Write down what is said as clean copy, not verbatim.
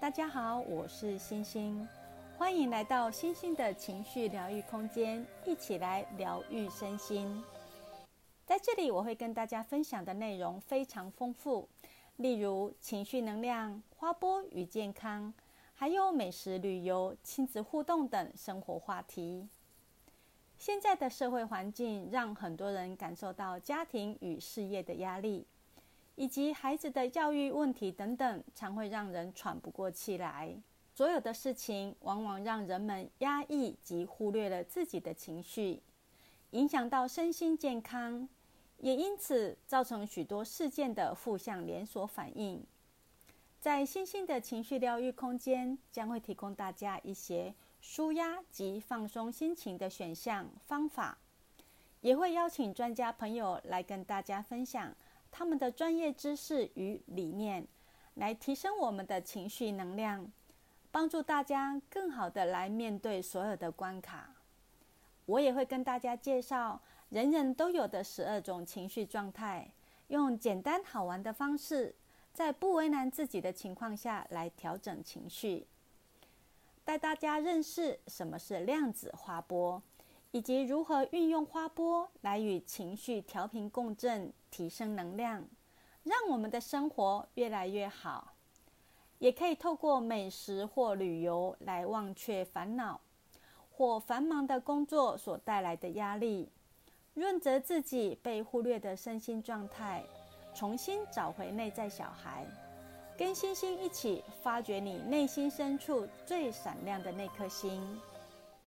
大家好，我是星星，欢迎来到星星的情绪疗愈空间，一起来疗愈身心。在这里我会跟大家分享的内容非常丰富，例如情绪能量、花波与健康，还有美食、旅游、亲子互动等生活话题。现在的社会环境让很多人感受到家庭与事业的压力，以及孩子的教育问题等等，常会让人喘不过气来。所有的事情往往让人们压抑及忽略了自己的情绪，影响到身心健康，也因此造成许多事件的负向连锁反应。在星星的情绪疗愈空间，将会提供大家一些抒压及放松心情的选项方法，也会邀请专家朋友来跟大家分享他们的专业知识与理念，来提升我们的情绪能量，帮助大家更好的来面对所有的关卡。我也会跟大家介绍人人都有的12种情绪状态，用简单好玩的方式，在不为难自己的情况下来调整情绪，带大家认识什么是量子花波，以及如何运用花波来与情绪调频共振，提升能量，让我们的生活越来越好。也可以透过美食或旅游来忘却烦恼或繁忙的工作所带来的压力，润泽自己被忽略的身心状态，重新找回内在小孩，跟星星一起发掘你内心深处最闪亮的那颗星。